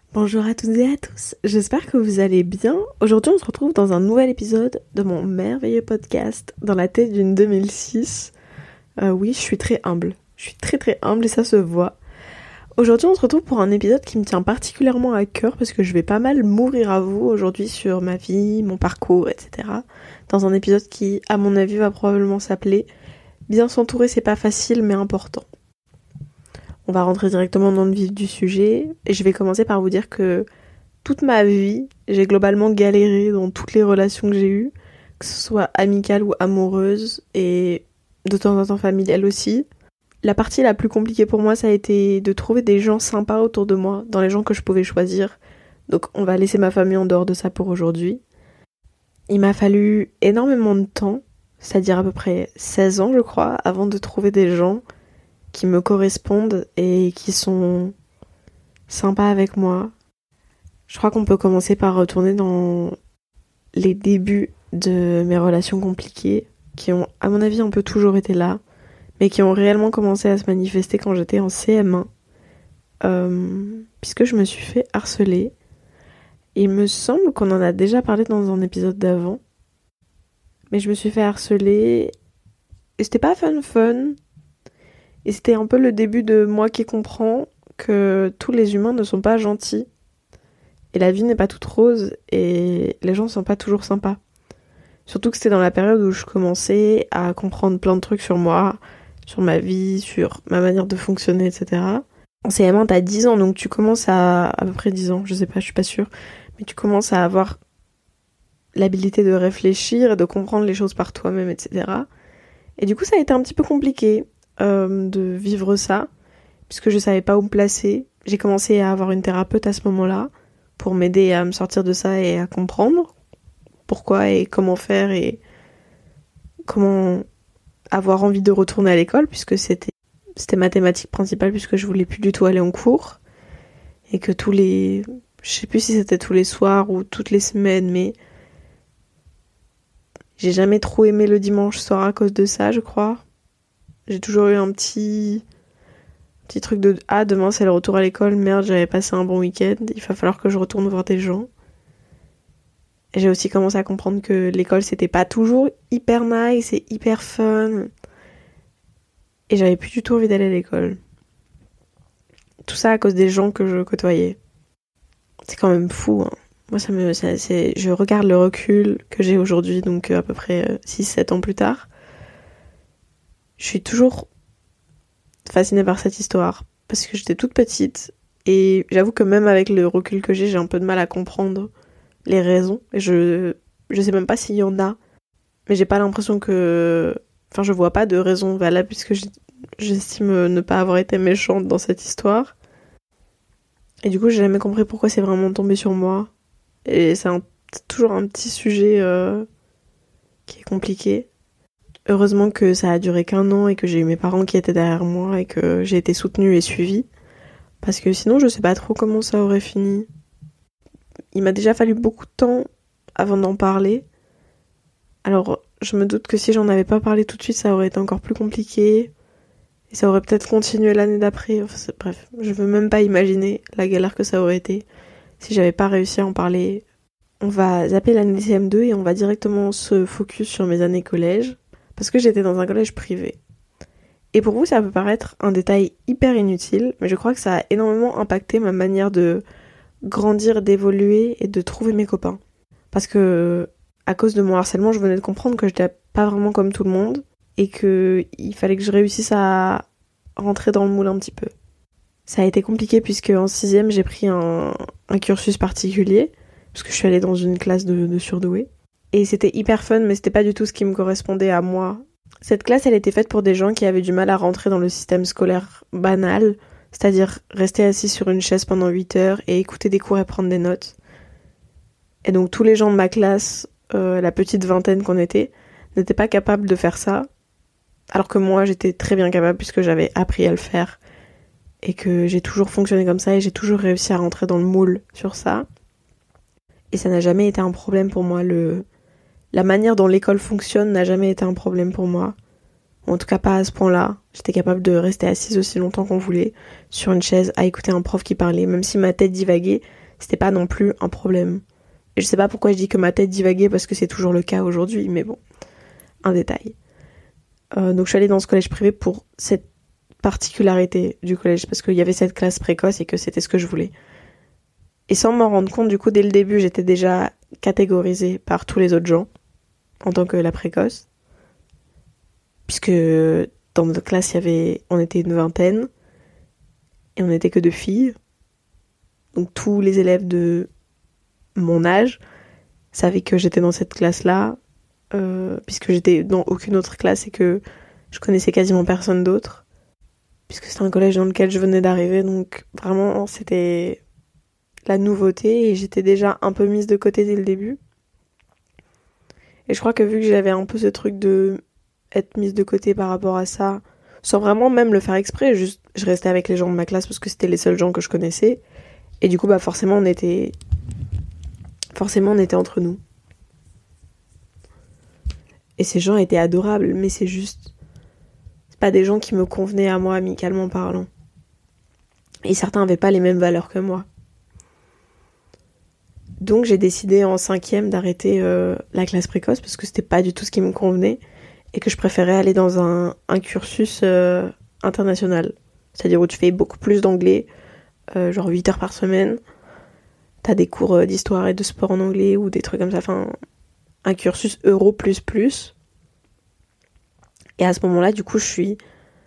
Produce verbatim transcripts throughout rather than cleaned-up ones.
Bonjour à toutes et à tous, j'espère que vous allez bien. Aujourd'hui on se retrouve dans un nouvel épisode de mon merveilleux podcast Dans la tête d'une deux mille six. Euh, oui, je suis très humble, je suis très très humble et ça se voit. Aujourd'hui on se retrouve pour un épisode qui me tient particulièrement à cœur parce que je vais pas mal m'ouvrir à vous aujourd'hui sur ma vie, mon parcours, et cetera. Dans un épisode qui, à mon avis, va probablement s'appeler « Bien s'entourer c'est pas facile mais important ». On va rentrer directement dans le vif du sujet et je vais commencer par vous dire que toute ma vie, j'ai globalement galéré dans toutes les relations que j'ai eues, que ce soit amicales ou amoureuses et de temps en temps familiales aussi. La partie la plus compliquée pour moi, ça a été de trouver des gens sympas autour de moi, dans les gens que je pouvais choisir. Donc on va laisser ma famille en dehors de ça pour aujourd'hui. Il m'a fallu énormément de temps, c'est-à-dire à peu près seize ans je crois, avant de trouver des gens qui me correspondent et qui sont sympas avec moi. Je crois qu'on peut commencer par retourner dans les débuts de mes relations compliquées, qui ont, à mon avis, un peu toujours été là, mais qui ont réellement commencé à se manifester quand j'étais en C M un, euh, puisque je me suis fait harceler. Il me semble qu'on en a déjà parlé dans un épisode d'avant, mais je me suis fait harceler, et c'était pas fun fun, et c'était un peu le début de moi qui comprend que tous les humains ne sont pas gentils. Et la vie n'est pas toute rose, et les gens ne sont pas toujours sympas. Surtout que c'était dans la période où je commençais à comprendre plein de trucs sur moi, sur ma vie, sur ma manière de fonctionner, et cetera. En C M un, t'as dix ans, donc tu commences à... à peu près dix ans, je sais pas, je suis pas sûre. Mais tu commences à avoir l'habilité de réfléchir et de comprendre les choses par toi-même, et cetera. Et du coup, ça a été un petit peu compliqué. Euh, de vivre ça, puisque je savais pas où me placer. J'ai commencé à avoir une thérapeute à ce moment-là, pour m'aider à me sortir de ça et à comprendre pourquoi et comment faire et comment avoir envie de retourner à l'école, puisque c'était, c'était ma thématique principale, puisque je voulais plus du tout aller en cours, et que tous les... je sais plus si c'était tous les soirs ou toutes les semaines, mais j'ai jamais trop aimé le dimanche soir à cause de ça, je crois. J'ai toujours eu un petit petit truc de « Ah, demain c'est le retour à l'école, merde, j'avais passé un bon week-end, il va falloir que je retourne voir des gens. » Et j'ai aussi commencé à comprendre que l'école c'était pas toujours hyper nice et hyper fun. Et j'avais plus du tout envie d'aller à l'école. Tout ça à cause des gens que je côtoyais. C'est quand même fou, hein. Moi, ça me, ça, c'est, je regarde le recul que j'ai aujourd'hui, donc à peu près six sept ans plus tard. Je suis toujours fascinée par cette histoire, parce que j'étais toute petite, et j'avoue que même avec le recul que j'ai, j'ai un peu de mal à comprendre les raisons, et je, je sais même pas s'il y en a, mais j'ai pas l'impression que... Enfin, je vois pas de raison valable, puisque j'estime ne pas avoir été méchante dans cette histoire. Et du coup, j'ai jamais compris pourquoi c'est vraiment tombé sur moi, et c'est un, toujours un petit sujet euh, qui est compliqué. Heureusement que ça a duré qu'un an et que j'ai eu mes parents qui étaient derrière moi et que j'ai été soutenue et suivie. Parce que sinon, je sais pas trop comment ça aurait fini. Il m'a déjà fallu beaucoup de temps avant d'en parler. Alors, je me doute que si j'en avais pas parlé tout de suite, ça aurait été encore plus compliqué. Et ça aurait peut-être continué l'année d'après. Enfin, bref, je veux même pas imaginer la galère que ça aurait été si j'avais pas réussi à en parler. On va zapper l'année C M deux et on va directement se focus sur mes années collège. Parce que j'étais dans un collège privé. Et pour vous, ça peut paraître un détail hyper inutile, mais je crois que ça a énormément impacté ma manière de grandir, d'évoluer et de trouver mes copains. Parce que, à cause de mon harcèlement, je venais de comprendre que j'étais pas vraiment comme tout le monde, et qu'il fallait que je réussisse à rentrer dans le moule un petit peu. Ça a été compliqué puisque en sixième, j'ai pris un, un cursus particulier, parce que je suis allée dans une classe de, de surdoués. Et c'était hyper fun, mais c'était pas du tout ce qui me correspondait à moi. Cette classe, elle était faite pour des gens qui avaient du mal à rentrer dans le système scolaire banal, c'est-à-dire rester assis sur une chaise pendant huit heures et écouter des cours et prendre des notes. Et donc tous les gens de ma classe, euh, la petite vingtaine qu'on était, n'étaient pas capables de faire ça, alors que moi, j'étais très bien capable puisque j'avais appris à le faire et que j'ai toujours fonctionné comme ça et j'ai toujours réussi à rentrer dans le moule sur ça. Et ça n'a jamais été un problème pour moi, le... La manière dont l'école fonctionne n'a jamais été un problème pour moi. En tout cas, pas à ce point-là. J'étais capable de rester assise aussi longtemps qu'on voulait, sur une chaise, à écouter un prof qui parlait. Même si ma tête divaguait, c'était pas non plus un problème. Et je sais pas pourquoi je dis que ma tête divaguait, parce que c'est toujours le cas aujourd'hui, mais bon, un détail. Euh, donc je suis allée dans ce collège privé pour cette particularité du collège, parce qu'il y avait cette classe précoce et que c'était ce que je voulais. Et sans m'en rendre compte, du coup, dès le début, j'étais déjà catégorisée par tous les autres gens en tant que la précoce. Puisque dans notre classe, il y avait, on était une vingtaine et on n'était que deux filles. Donc tous les élèves de mon âge savaient que j'étais dans cette classe-là, euh, puisque j'étais dans aucune autre classe et que je connaissais quasiment personne d'autre. Puisque c'était un collège dans lequel je venais d'arriver, donc vraiment c'était la nouveauté et j'étais déjà un peu mise de côté dès le début. Et je crois que vu que j'avais un peu ce truc de être mise de côté par rapport à ça, sans vraiment même le faire exprès, juste je restais avec les gens de ma classe parce que c'était les seuls gens que je connaissais. Et du coup, bah forcément, on était... Forcément, on était entre nous. Et ces gens étaient adorables, mais c'est juste... C'est pas des gens qui me convenaient à moi, amicalement parlant. Et certains avaient pas les mêmes valeurs que moi. Donc j'ai décidé en cinquième d'arrêter euh, la classe précoce parce que c'était pas du tout ce qui me convenait et que je préférais aller dans un, un cursus euh, international. C'est-à-dire où tu fais beaucoup plus d'anglais, euh, genre huit heures par semaine. T'as des cours d'histoire et de sport en anglais ou des trucs comme ça. Enfin, un cursus euro plus plus. Et à ce moment-là, du coup, je suis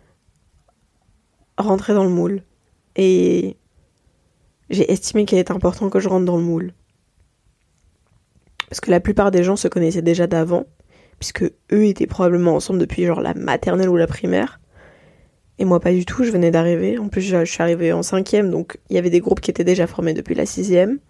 rentrée dans le moule. Et j'ai estimé qu'il était important que je rentre dans le moule. Parce que la plupart des gens se connaissaient déjà d'avant, puisque eux étaient probablement ensemble depuis genre la maternelle ou la primaire. Et moi pas du tout, je venais d'arriver. En plus je suis arrivée en cinquième, donc il y avait des groupes qui étaient déjà formés depuis la sixième.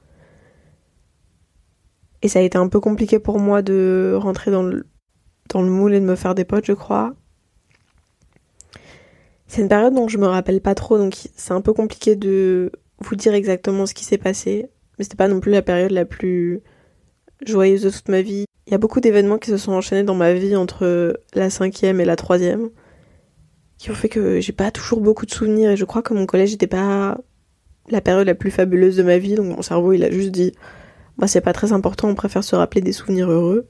Et ça a été un peu compliqué pour moi de rentrer dans le, dans le moule et de me faire des potes, je crois. C'est une période dont je me rappelle pas trop, donc c'est un peu compliqué de vous dire exactement ce qui s'est passé. Mais c'était pas non plus la période la plus joyeuse de toute ma vie. Il y a beaucoup d'événements qui se sont enchaînés dans ma vie entre la cinquième et la troisième, qui ont fait que j'ai pas toujours beaucoup de souvenirs, et je crois que mon collège n'était pas la période la plus fabuleuse de ma vie, donc mon cerveau il a juste dit bah c'est pas très important, on préfère se rappeler des souvenirs heureux.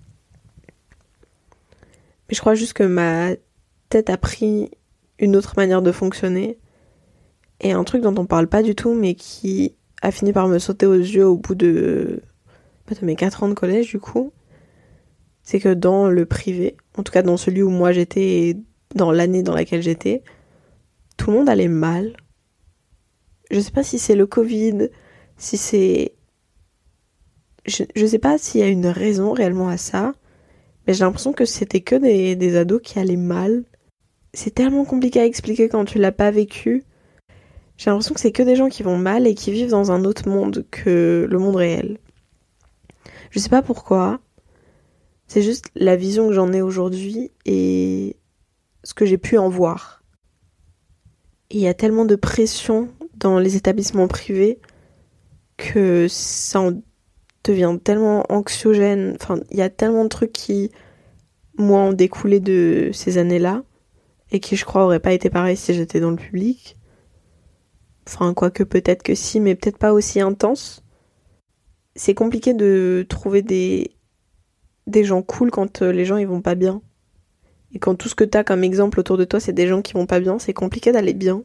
Mais je crois juste que ma tête a pris une autre manière de fonctionner, et un truc dont on parle pas du tout mais qui a fini par me sauter aux yeux au bout de de mes quatre ans de collège du coup, c'est que dans le privé, en tout cas dans celui où moi j'étais et dans l'année dans laquelle j'étais, tout le monde allait mal. Je sais pas si c'est le Covid, si c'est... Je, je sais pas s'il y a une raison réellement à ça, mais j'ai l'impression que c'était que des, des ados qui allaient mal. C'est tellement compliqué à expliquer quand tu l'as pas vécu. J'ai l'impression que c'est que des gens qui vont mal et qui vivent dans un autre monde que le monde réel. Je sais pas pourquoi, c'est juste la vision que j'en ai aujourd'hui et ce que j'ai pu en voir. Et il y a tellement de pression dans les établissements privés que ça en devient tellement anxiogène. Enfin, il y a tellement de trucs qui, moi, ont découlé de ces années-là et qui, je crois, auraient pas été pareils si j'étais dans le public. Enfin, quoique peut-être que si, mais peut-être pas aussi intense. C'est compliqué de trouver des, des gens cool quand les gens ils vont pas bien. Et quand tout ce que t'as comme exemple autour de toi c'est des gens qui vont pas bien, c'est compliqué d'aller bien.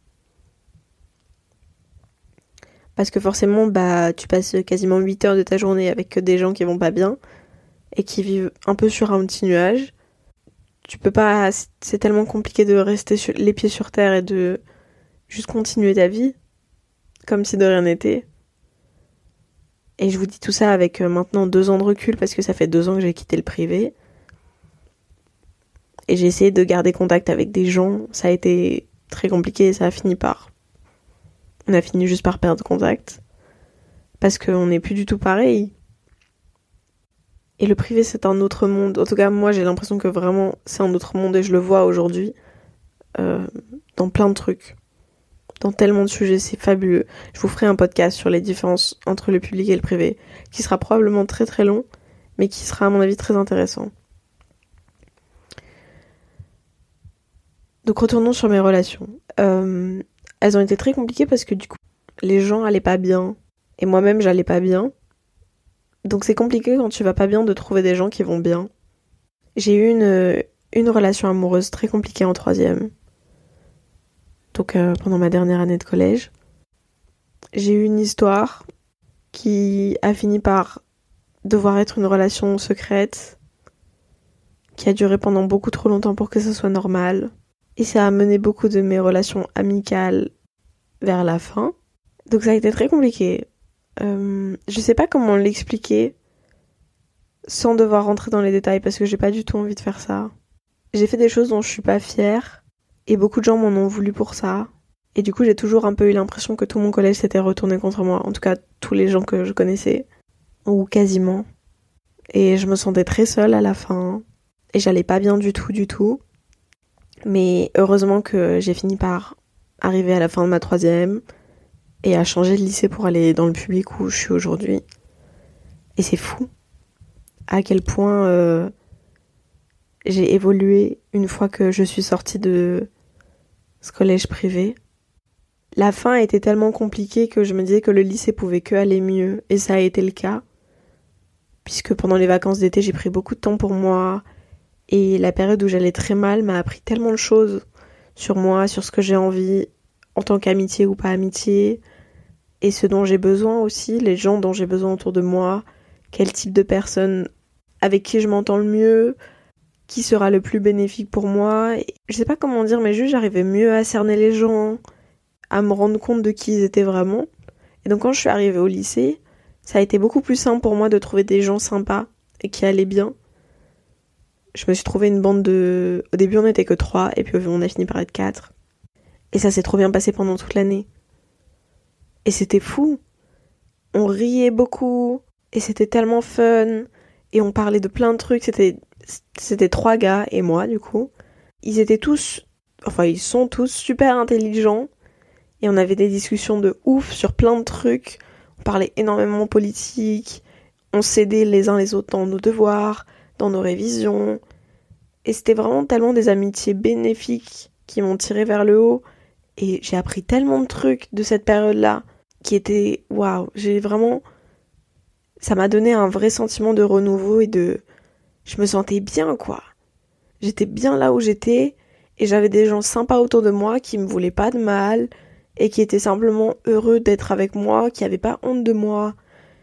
Parce que forcément, bah, tu passes quasiment huit heures de ta journée avec des gens qui vont pas bien et qui vivent un peu sur un petit nuage. Tu peux pas, c'est tellement compliqué de rester sur, les pieds sur terre et de juste continuer ta vie comme si de rien n'était. Et je vous dis tout ça avec euh, maintenant deux ans de recul parce que ça fait deux ans que j'ai quitté le privé. Et j'ai essayé de garder contact avec des gens. Ça a été très compliqué et ça a fini par... On a fini juste par perdre contact. Parce qu'on n'est plus du tout pareil. Et le privé, c'est un autre monde. En tout cas, moi, j'ai l'impression que vraiment, c'est un autre monde et je le vois aujourd'hui. Euh, dans plein de trucs. Dans tellement de sujets, c'est fabuleux. Je vous ferai un podcast sur les différences entre le public et le privé, qui sera probablement très très long, mais qui sera à mon avis très intéressant. Donc retournons sur mes relations. Euh, elles ont été très compliquées parce que du coup, les gens allaient pas bien. Et moi-même, j'allais pas bien. Donc c'est compliqué quand tu vas pas bien de trouver des gens qui vont bien. J'ai eu une, une relation amoureuse très compliquée en troisième. Donc euh, pendant ma dernière année de collège. J'ai eu une histoire qui a fini par devoir être une relation secrète, qui a duré pendant beaucoup trop longtemps pour que ce soit normal. Et ça a mené beaucoup de mes relations amicales vers la fin. Donc ça a été très compliqué. Euh, je sais pas comment l'expliquer sans devoir rentrer dans les détails parce que j'ai pas du tout envie de faire ça. J'ai fait des choses dont je suis pas fière et beaucoup de gens m'en ont voulu pour ça. Et du coup, j'ai toujours un peu eu l'impression que tout mon collège s'était retourné contre moi. En tout cas, tous les gens que je connaissais. Ou quasiment. Et je me sentais très seule à la fin. Et j'allais pas bien du tout, du tout. Mais heureusement que j'ai fini par arriver à la fin de ma troisième et à changer de lycée pour aller dans le public où je suis aujourd'hui. Et c'est fou à quel point euh, j'ai évolué une fois que je suis sortie de ce collège privé. La fin était tellement compliquée que je me disais que le lycée pouvait que aller mieux, et ça a été le cas. Puisque pendant les vacances d'été, j'ai pris beaucoup de temps pour moi, et la période où j'allais très mal m'a appris tellement de choses sur moi, sur ce que j'ai envie, en tant qu'amitié ou pas amitié, et ce dont j'ai besoin aussi, les gens dont j'ai besoin autour de moi, quel type de personne avec qui je m'entends le mieux, qui sera le plus bénéfique pour moi. Et je sais pas comment dire, mais juste j'arrivais mieux à cerner les gens, à me rendre compte de qui ils étaient vraiment. Et donc quand je suis arrivée au lycée, ça a été beaucoup plus simple pour moi de trouver des gens sympas et qui allaient bien. Je me suis trouvé une bande de... Au début on n'était que trois, et puis on a fini par être quatre. Et ça s'est trop bien passé pendant toute l'année. Et c'était fou. On riait beaucoup, et c'était tellement fun, et on parlait de plein de trucs. C'était, c'était trois gars et moi, du coup. Ils étaient tous... Enfin, ils sont tous super intelligents. Et on avait des discussions de ouf sur plein de trucs. On parlait énormément politique. On s'aidait les uns les autres dans nos devoirs, dans nos révisions. Et c'était vraiment tellement des amitiés bénéfiques qui m'ont tiré vers le haut. Et j'ai appris tellement de trucs de cette période-là qui étaient... Waouh, j'ai vraiment... Ça m'a donné un vrai sentiment de renouveau et de... Je me sentais bien, quoi. J'étais bien là où j'étais et j'avais des gens sympas autour de moi qui me voulaient pas de mal et qui étaient simplement heureux d'être avec moi, qui avaient pas honte de moi.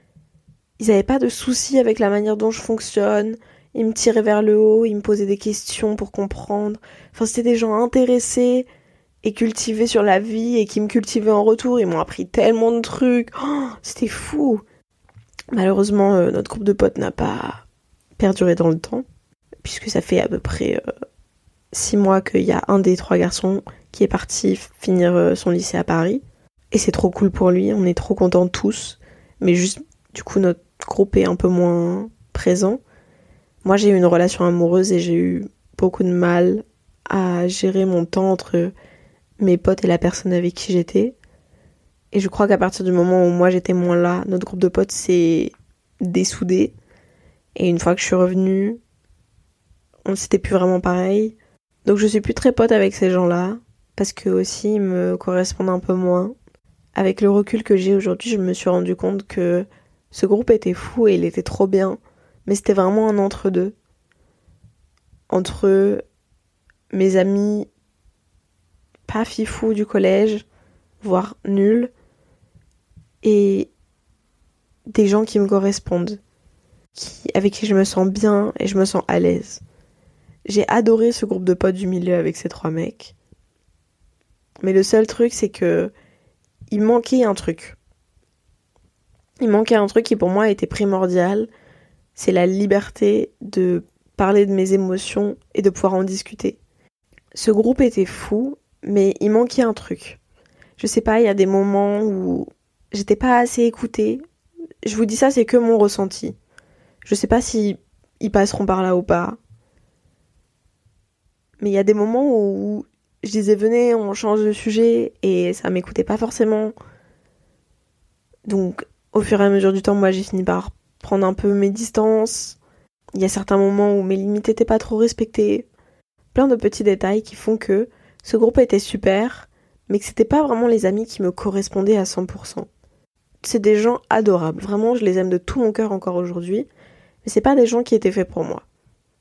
Ils avaient pas de soucis avec la manière dont je fonctionne. Ils me tiraient vers le haut, ils me posaient des questions pour comprendre. Enfin, c'était des gens intéressés et cultivés sur la vie et qui me cultivaient en retour. Ils m'ont appris tellement de trucs. Oh, c'était fou. Malheureusement, euh, notre groupe de potes n'a pas perduré dans le temps, puisque ça fait à peu près euh, six mois qu'il y a un des trois garçons qui est parti finir euh, son lycée à Paris. Et c'est trop cool pour lui, on est trop contents tous. Mais juste, du coup, notre groupe est un peu moins présent. Moi, j'ai eu une relation amoureuse et j'ai eu beaucoup de mal à gérer mon temps entre mes potes et la personne avec qui j'étais. Et je crois qu'à partir du moment où moi j'étais moins là, notre groupe de potes s'est dessoudé. Et une fois que je suis revenue, on s'était plus vraiment pareil. Donc je suis plus très pote avec ces gens-là, parce que aussi ils me correspondent un peu moins. Avec le recul que j'ai aujourd'hui, je me suis rendu compte que ce groupe était fou et il était trop bien. Mais c'était vraiment un entre-deux. Entre mes amis pas fifous du collège, voire nuls, et des gens qui me correspondent, qui, avec qui je me sens bien et je me sens à l'aise. J'ai adoré ce groupe de potes du milieu avec ces trois mecs. Mais le seul truc, c'est que il manquait un truc. Il manquait un truc qui pour moi était primordial. C'est la liberté de parler de mes émotions et de pouvoir en discuter. Ce groupe était fou, mais il manquait un truc. Je sais pas, il y a des moments où j'étais pas assez écoutée. Je vous dis ça, c'est que mon ressenti. Je sais pas si ils passeront par là ou pas. Mais il y a des moments où je disais venez, on change de sujet et ça m'écoutait pas forcément. Donc au fur et à mesure du temps, moi j'ai fini par prendre un peu mes distances. Il y a certains moments où mes limites étaient pas trop respectées. Plein de petits détails qui font que ce groupe était super, mais que c'était pas vraiment les amis qui me correspondaient à cent pour cent. c'est des gens adorables. Vraiment, je les aime de tout mon cœur encore aujourd'hui. Mais c'est pas des gens qui étaient faits pour moi.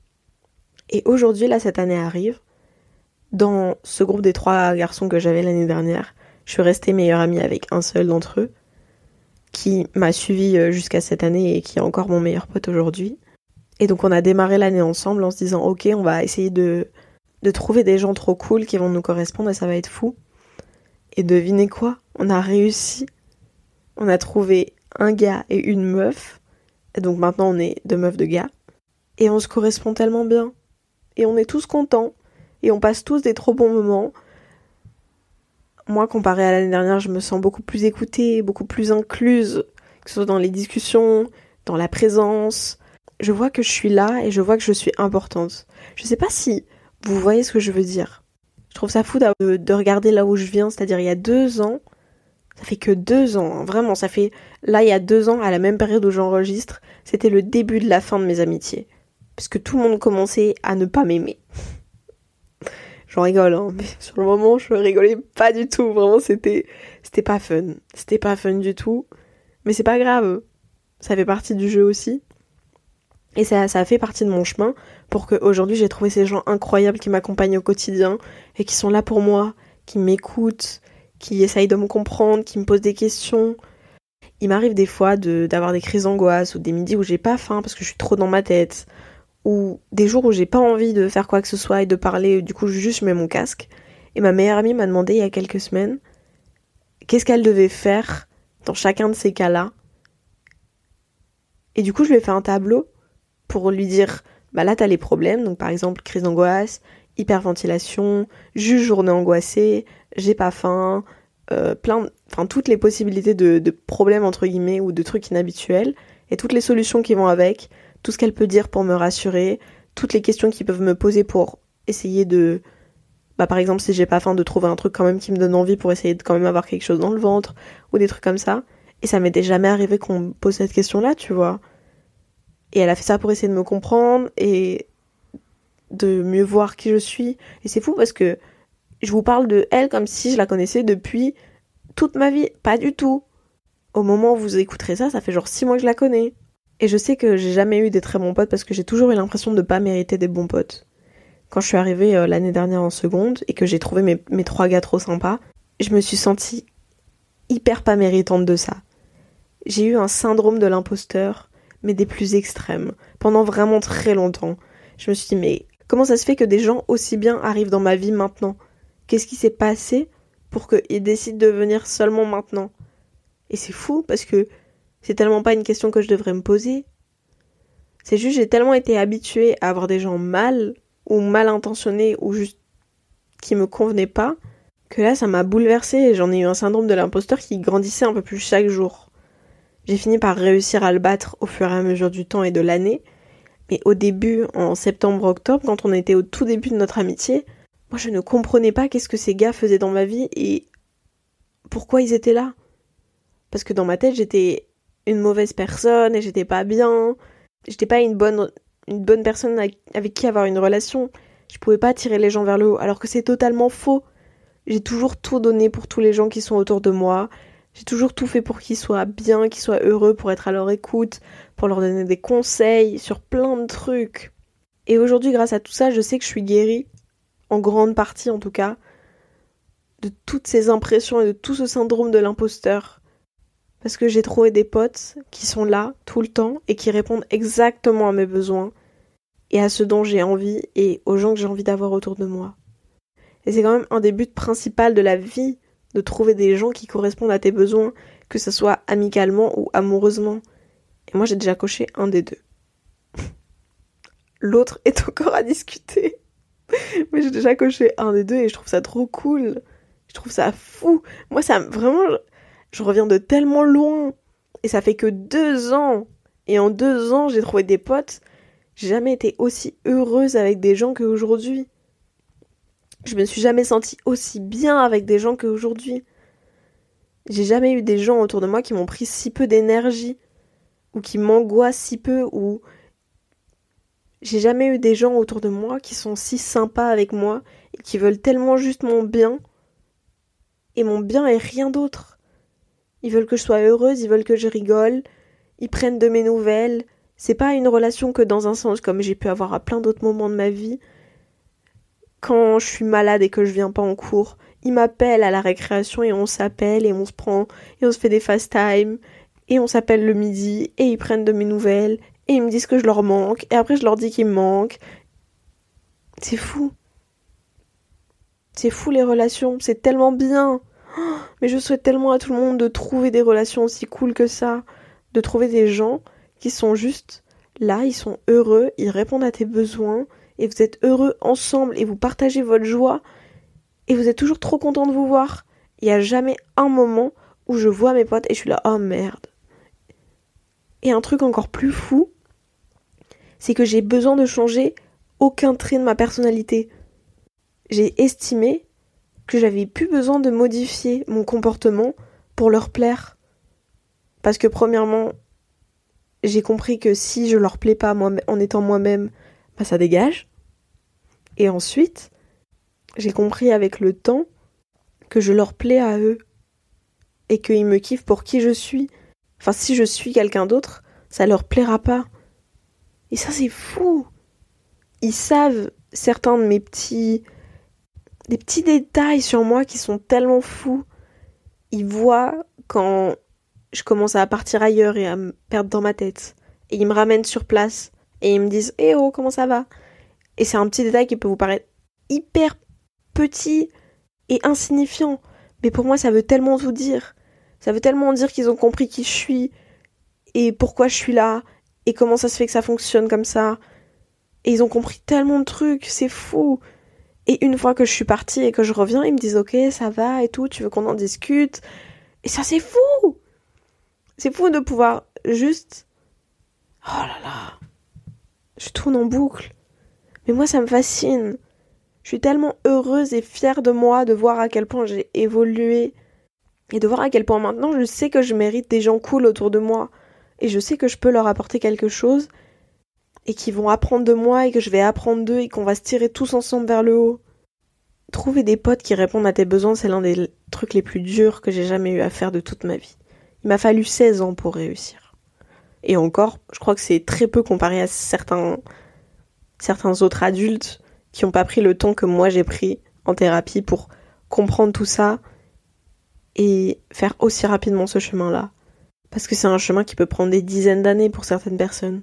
Et aujourd'hui, là, cette année arrive. Dans ce groupe des trois garçons que j'avais l'année dernière, je suis restée meilleure amie avec un seul d'entre eux, qui m'a suivie jusqu'à cette année et qui est encore mon meilleur pote aujourd'hui. Et donc on a démarré l'année ensemble en se disant ok, on va essayer de, de trouver des gens trop cool qui vont nous correspondre et ça va être fou. Et devinez quoi ? On a réussi. On a trouvé un gars et une meuf. Et donc maintenant on est deux meufs de gars. Et on se correspond tellement bien. Et on est tous contents. Et on passe tous des trop bons moments. Moi, comparé à l'année dernière, je me sens beaucoup plus écoutée, beaucoup plus incluse, que ce soit dans les discussions, dans la présence. Je vois que je suis là et je vois que je suis importante. Je sais pas si vous voyez ce que je veux dire. Je trouve ça fou de, de regarder là où je viens, c'est-à-dire il y a deux ans, ça fait que deux ans, hein, vraiment, ça fait, là il y a deux ans, à la même période où j'enregistre, c'était le début de la fin de mes amitiés. Parce que tout le monde commençait à ne pas m'aimer. J'en rigole, hein, mais sur le moment, je rigolais pas du tout. Vraiment, c'était, c'était pas fun. C'était pas fun du tout. Mais c'est pas grave. Ça fait partie du jeu aussi. Et ça, ça a fait partie de mon chemin pour qu'aujourd'hui, j'ai trouvé ces gens incroyables qui m'accompagnent au quotidien et qui sont là pour moi, qui m'écoutent, qui essayent de me comprendre, qui me posent des questions. Il m'arrive des fois de, d'avoir des crises d'angoisse ou des midis où j'ai pas faim parce que je suis trop dans ma tête. Ou des jours où j'ai pas envie de faire quoi que ce soit et de parler, du coup juste je mets mon casque. Et ma meilleure amie m'a demandé il y a quelques semaines qu'est-ce qu'elle devait faire dans chacun de ces cas-là. Et du coup je lui ai fait un tableau pour lui dire bah là t'as les problèmes, donc par exemple crise d'angoisse, hyperventilation, juste journée angoissée, j'ai pas faim, euh, plein, enfin toutes les possibilités de, de problèmes entre guillemets ou de trucs inhabituels et toutes les solutions qui vont avec. Tout ce qu'elle peut dire pour me rassurer, toutes les questions qu'ils peuvent me poser pour essayer de... Bah par exemple, si j'ai pas faim, de trouver un truc quand même qui me donne envie pour essayer de quand même avoir quelque chose dans le ventre, ou des trucs comme ça. Et ça m'était jamais arrivé qu'on me pose cette question-là, tu vois. Et elle a fait ça pour essayer de me comprendre, et de mieux voir qui je suis. Et c'est fou parce que je vous parle de elle comme si je la connaissais depuis toute ma vie. Pas du tout. Au moment où vous écouterez ça, ça fait genre six mois que je la connais. Et je sais que j'ai jamais eu des très bons potes parce que j'ai toujours eu l'impression de pas mériter des bons potes. Quand je suis arrivée euh, l'année dernière en seconde et que j'ai trouvé mes, mes trois gars trop sympas, je me suis sentie hyper pas méritante de ça. J'ai eu un syndrome de l'imposteur, mais des plus extrêmes, pendant vraiment très longtemps. Je me suis dit, mais comment ça se fait que des gens aussi bien arrivent dans ma vie maintenant ? Qu'est-ce qui s'est passé pour qu'ils décident de venir seulement maintenant ? Et c'est fou parce que c'est tellement pas une question que je devrais me poser. C'est juste j'ai tellement été habituée à avoir des gens mal, ou mal intentionnés, ou juste qui me convenaient pas, que là ça m'a bouleversée et j'en ai eu un syndrome de l'imposteur qui grandissait un peu plus chaque jour. J'ai fini par réussir à le battre au fur et à mesure du temps et de l'année, mais au début, en septembre-octobre, quand on était au tout début de notre amitié, moi je ne comprenais pas qu'est-ce que ces gars faisaient dans ma vie et pourquoi ils étaient là. Parce que dans ma tête j'étais une mauvaise personne et j'étais pas bien, j'étais pas une bonne, une bonne personne avec qui avoir une relation, je pouvais pas tirer les gens vers le haut, alors que c'est totalement faux. J'ai toujours tout donné pour tous les gens qui sont autour de moi, j'ai toujours tout fait pour qu'ils soient bien, qu'ils soient heureux, pour être à leur écoute, pour leur donner des conseils sur plein de trucs. Et aujourd'hui, grâce à tout ça, je sais que je suis guérie, en grande partie en tout cas, de toutes ces impressions et de tout ce syndrome de l'imposteur. Parce que j'ai trouvé des potes qui sont là tout le temps et qui répondent exactement à mes besoins et à ce dont j'ai envie et aux gens que j'ai envie d'avoir autour de moi. Et c'est quand même un des buts principaux de la vie, de trouver des gens qui correspondent à tes besoins, que ce soit amicalement ou amoureusement. Et moi j'ai déjà coché un des deux. L'autre est encore à discuter. Mais j'ai déjà coché un des deux et je trouve ça trop cool. Je trouve ça fou. Moi ça vraiment... Je reviens de tellement loin. Et ça fait que deux ans. Et en deux ans, j'ai trouvé des potes. J'ai jamais été aussi heureuse avec des gens qu'aujourd'hui. Je me suis jamais sentie aussi bien avec des gens qu'aujourd'hui. J'ai jamais eu des gens autour de moi qui m'ont pris si peu d'énergie. Ou qui m'angoissent si peu. Ou j'ai jamais eu des gens autour de moi qui sont si sympas avec moi. Et qui veulent tellement juste mon bien. Et mon bien et rien d'autre. Ils veulent que je sois heureuse, ils veulent que je rigole, ils prennent de mes nouvelles. C'est pas une relation que dans un sens, comme j'ai pu avoir à plein d'autres moments de ma vie. Quand je suis malade et que je viens pas en cours, ils m'appellent à la récréation et on s'appelle et on se prend et on se fait des fast time et on s'appelle le midi et ils prennent de mes nouvelles et ils me disent que je leur manque et après je leur dis qu'ils me manquent. C'est fou. C'est fou les relations, c'est tellement bien. Oh, mais je souhaite tellement à tout le monde de trouver des relations aussi cool que ça, de trouver des gens qui sont juste là, ils sont heureux, ils répondent à tes besoins et vous êtes heureux ensemble et vous partagez votre joie et vous êtes toujours trop content de vous voir. Il n'y a jamais un moment où je vois mes potes et je suis là, oh merde. Et un truc encore plus fou, c'est que j'ai besoin de changer aucun trait de ma personnalité. J'ai estimé que j'avais plus besoin de modifier mon comportement pour leur plaire. Parce que premièrement, j'ai compris que si je leur plais pas moi, en étant moi-même, bah ça dégage. Et ensuite, j'ai compris avec le temps que je leur plais à eux. Et qu'ils me kiffent pour qui je suis. Enfin, si je suis quelqu'un d'autre, ça leur plaira pas. Et ça, c'est fou. Ils savent certains de mes petits... des petits détails sur moi qui sont tellement fous. Ils voient quand je commence à partir ailleurs et à me perdre dans ma tête. Et ils me ramènent sur place. Et ils me disent « Eh oh, comment ça va ?» Et c'est un petit détail qui peut vous paraître hyper petit et insignifiant. Mais pour moi, ça veut tellement tout dire. Ça veut tellement dire qu'ils ont compris qui je suis. Et pourquoi je suis là. Et comment ça se fait que ça fonctionne comme ça. Et ils ont compris tellement de trucs. C'est fou. Et une fois que je suis partie et que je reviens, ils me disent « Ok, ça va et tout, tu veux qu'on en discute ?» Et ça, c'est fou. C'est fou de pouvoir juste... Oh là là. Je tourne en boucle. Mais moi, ça me fascine. Je suis tellement heureuse et fière de moi de voir à quel point j'ai évolué. Et de voir à quel point maintenant, je sais que je mérite des gens cool autour de moi. Et je sais que je peux leur apporter quelque chose. Et qu'ils vont apprendre de moi et que je vais apprendre d'eux et qu'on va se tirer tous ensemble vers le haut. Trouver des potes qui répondent à tes besoins, c'est l'un des trucs les plus durs que j'ai jamais eu à faire de toute ma vie. Il m'a fallu seize ans pour réussir. Et encore, je crois que c'est très peu comparé à certains, certains autres adultes qui n'ont pas pris le temps que moi j'ai pris en thérapie pour comprendre tout ça et faire aussi rapidement ce chemin-là. Parce que c'est un chemin qui peut prendre des dizaines d'années pour certaines personnes.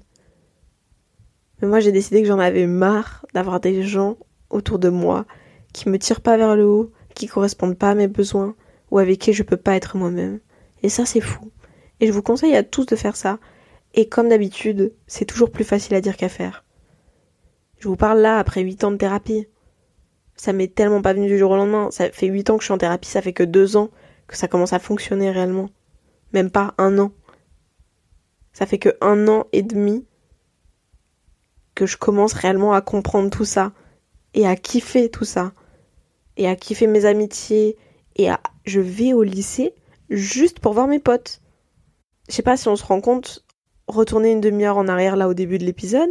Mais moi j'ai décidé que j'en avais marre d'avoir des gens autour de moi qui me tirent pas vers le haut, qui correspondent pas à mes besoins ou avec qui je peux pas être moi-même. Et ça c'est fou. Et je vous conseille à tous de faire ça. Et comme d'habitude, c'est toujours plus facile à dire qu'à faire. Je vous parle là après huit ans de thérapie. Ça m'est tellement pas venu du jour au lendemain. Ça fait huit ans que je suis en thérapie, ça fait que deux ans que ça commence à fonctionner réellement. Même pas un an. Ça fait que un an et demi que je commence réellement à comprendre tout ça. Et à kiffer tout ça. Et à kiffer mes amitiés. Et à... je vais au lycée juste pour voir mes potes. Je sais pas si on se rend compte, retourner une demi-heure en arrière là au début de l'épisode,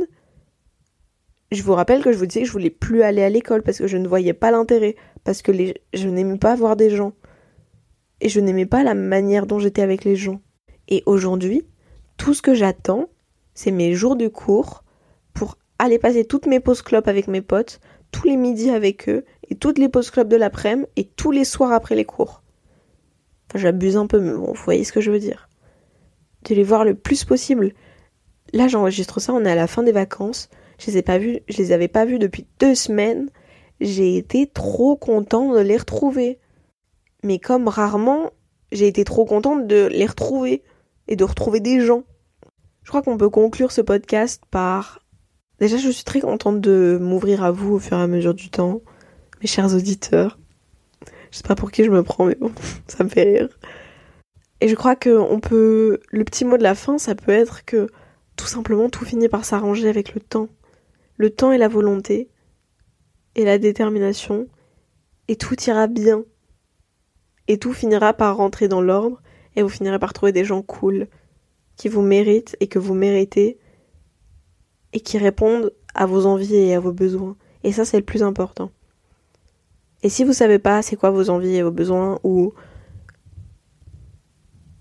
je vous rappelle que je vous disais que je voulais plus aller à l'école parce que je ne voyais pas l'intérêt, parce que les... je n'aimais pas voir des gens. Et je n'aimais pas la manière dont j'étais avec les gens. Et aujourd'hui, tout ce que j'attends, c'est mes jours de cours pour aller passer toutes mes pauses clopes avec mes potes, tous les midis avec eux, et toutes les pauses clopes de l'après-midi, et tous les soirs après les cours. Enfin, j'abuse un peu, mais bon, vous voyez ce que je veux dire. De les voir le plus possible. Là, j'enregistre ça, on est à la fin des vacances. Je les ai pas vus, je les avais pas vus depuis deux semaines. J'ai été trop contente de les retrouver. Mais comme rarement, j'ai été trop contente de les retrouver et de retrouver des gens. Je crois qu'on peut conclure ce podcast par... Déjà, je suis très contente de m'ouvrir à vous au fur et à mesure du temps, mes chers auditeurs. Je sais pas pour qui je me prends, mais bon, ça me fait rire. Et je crois que on peut... Le petit mot de la fin, ça peut être que tout simplement tout finit par s'arranger avec le temps. Le temps et la volonté et la détermination, et tout ira bien. Et tout finira par rentrer dans l'ordre, et vous finirez par trouver des gens cool, qui vous méritent et que vous méritez, et qui répondent à vos envies et à vos besoins. Et ça, c'est le plus important. Et si vous savez pas c'est quoi vos envies et vos besoins, ou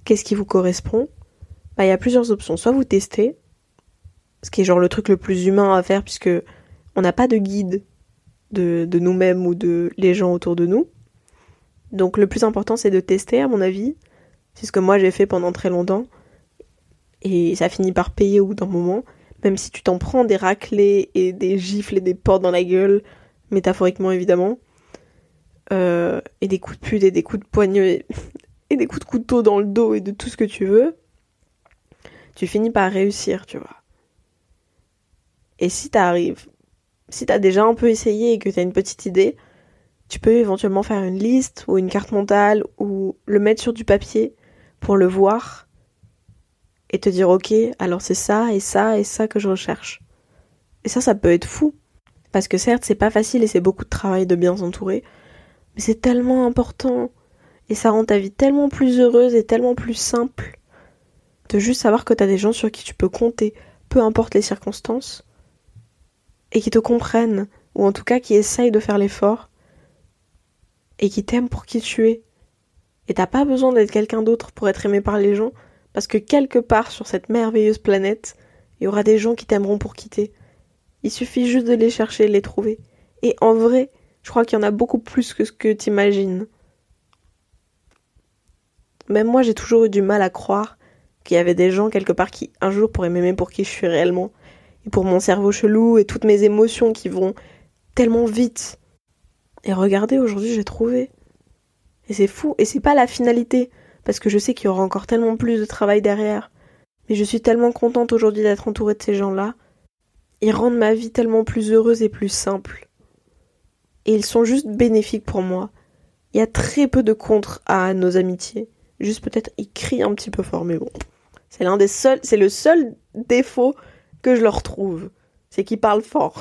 qu'est-ce qui vous correspond, bah il y a plusieurs options. Soit vous testez, ce qui est genre le truc le plus humain à faire puisque on n'a pas de guide de, de nous-mêmes ou de les gens autour de nous. Donc le plus important c'est de tester à mon avis. C'est ce que moi j'ai fait pendant très longtemps. Et ça finit par payer au bout d'un moment. Même si tu t'en prends des raclés et des gifles et des portes dans la gueule, métaphoriquement évidemment. Euh, et des coups de pute et des coups de poignée et des coups de couteau dans le dos et de tout ce que tu veux. Tu finis par réussir, tu vois. Et si t'arrives, si t'as déjà un peu essayé et que t'as une petite idée, tu peux éventuellement faire une liste ou une carte mentale ou le mettre sur du papier pour le voir et te dire ok, alors c'est ça et ça et ça que je recherche. Et ça, ça peut être fou. Parce que certes, c'est pas facile et c'est beaucoup de travail de bien s'entourer, mais c'est tellement important et ça rend ta vie tellement plus heureuse et tellement plus simple de juste savoir que t'as des gens sur qui tu peux compter, peu importe les circonstances, et qui te comprennent, ou en tout cas qui essayent de faire l'effort, et qui t'aiment pour qui tu es. Et t'as pas besoin d'être quelqu'un d'autre pour être aimé par les gens, parce que quelque part sur cette merveilleuse planète, il y aura des gens qui t'aimeront pour qui t'es. Il suffit juste de les chercher et de les trouver. Et en vrai, je crois qu'il y en a beaucoup plus que ce que t'imagines. Même moi, j'ai toujours eu du mal à croire qu'il y avait des gens quelque part qui, un jour, pourraient m'aimer pour qui je suis réellement. Et pour mon cerveau chelou et toutes mes émotions qui vont tellement vite. Et regardez, aujourd'hui, j'ai trouvé. Et c'est fou. Et c'est pas la finalité. Parce que je sais qu'il y aura encore tellement plus de travail derrière. Mais je suis tellement contente aujourd'hui d'être entourée de ces gens-là. Ils rendent ma vie tellement plus heureuse et plus simple. Et ils sont juste bénéfiques pour moi. Il y a très peu de contre à nos amitiés. Juste peut-être ils crient un petit peu fort, mais bon. C'est l'un des seuls, c'est le seul défaut que je leur trouve. C'est qu'ils parlent fort.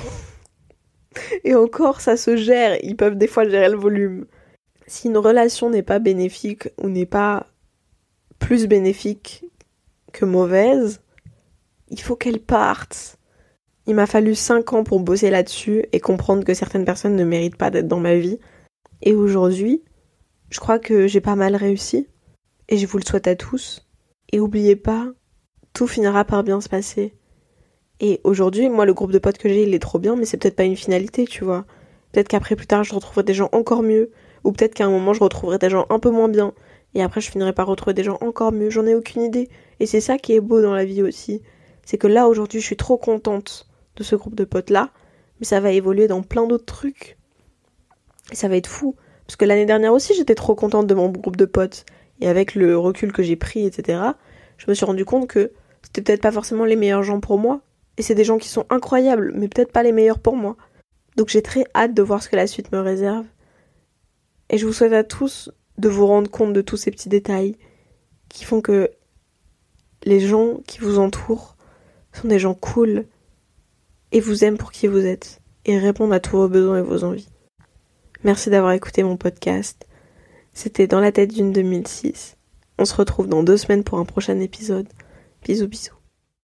Et encore, ça se gère. Ils peuvent des fois gérer le volume. Si une relation n'est pas bénéfique ou n'est pas plus bénéfique que mauvaise, il faut qu'elle parte. Il m'a fallu cinq ans pour bosser là-dessus et comprendre que certaines personnes ne méritent pas d'être dans ma vie. Et aujourd'hui, je crois que j'ai pas mal réussi. Et je vous le souhaite à tous. Et oubliez pas, tout finira par bien se passer. Et aujourd'hui, moi, le groupe de potes que j'ai, il est trop bien, mais c'est peut-être pas une finalité, tu vois. Peut-être qu'après, plus tard, je retrouverai des gens encore mieux. Ou peut-être qu'à un moment, je retrouverai des gens un peu moins bien. Et après, je finirai par retrouver des gens encore mieux. J'en ai aucune idée. Et c'est ça qui est beau dans la vie aussi. C'est que là, aujourd'hui, je suis trop contente de ce groupe de potes-là. Mais ça va évoluer dans plein d'autres trucs. Et ça va être fou. Parce que l'année dernière aussi, j'étais trop contente de mon groupe de potes. Et avec le recul que j'ai pris, et cetera, je me suis rendu compte que c'était peut-être pas forcément les meilleurs gens pour moi. Et c'est des gens qui sont incroyables, mais peut-être pas les meilleurs pour moi. Donc j'ai très hâte de voir ce que la suite me réserve. Et je vous souhaite à tous de vous rendre compte de tous ces petits détails qui font que les gens qui vous entourent sont des gens cool et vous aiment pour qui vous êtes et répondent à tous vos besoins et vos envies. Merci d'avoir écouté mon podcast. C'était Dans la tête d'une deux mille six. On se retrouve dans deux semaines pour un prochain épisode. Bisous bisous.